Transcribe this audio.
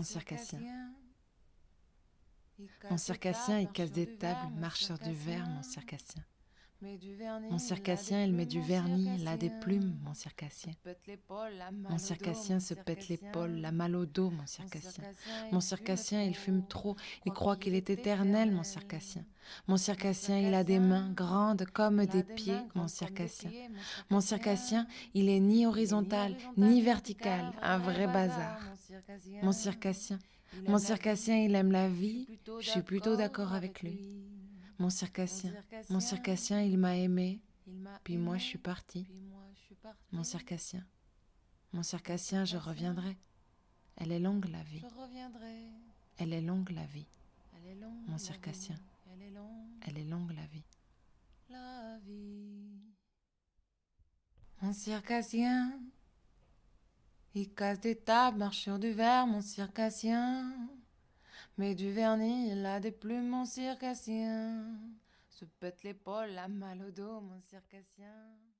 circassien. Mon circassien, il casse des tables, marcheur du verre, mon circassien. Mon circassien, il met du vernis, il a des plumes, mon circassien. Mon circassien se pète l'épaule, la mal au dos, mon circassien. Mon circassien, il fume trop, il croit qu'il est éternel, mon circassien. Mon circassien, il a des mains grandes comme des pieds, mon circassien. Mon circassien, il est ni horizontal, ni vertical, un vrai bazar. Mon circassien, il aime la vie, je suis plutôt d'accord avec lui. Mon circassien, il m'a aimé, puis moi je suis partie. Mon circassien, je reviendrai. Elle est longue la vie. Elle est longue la vie. Mon circassien, elle est longue la vie. Mon circassien, il casse des tables, marche sur du verre, mon circassien. Mais du vernis, il a des plumes, mon circassien. Se pète l'épaule, la mal au dos, mon circassien.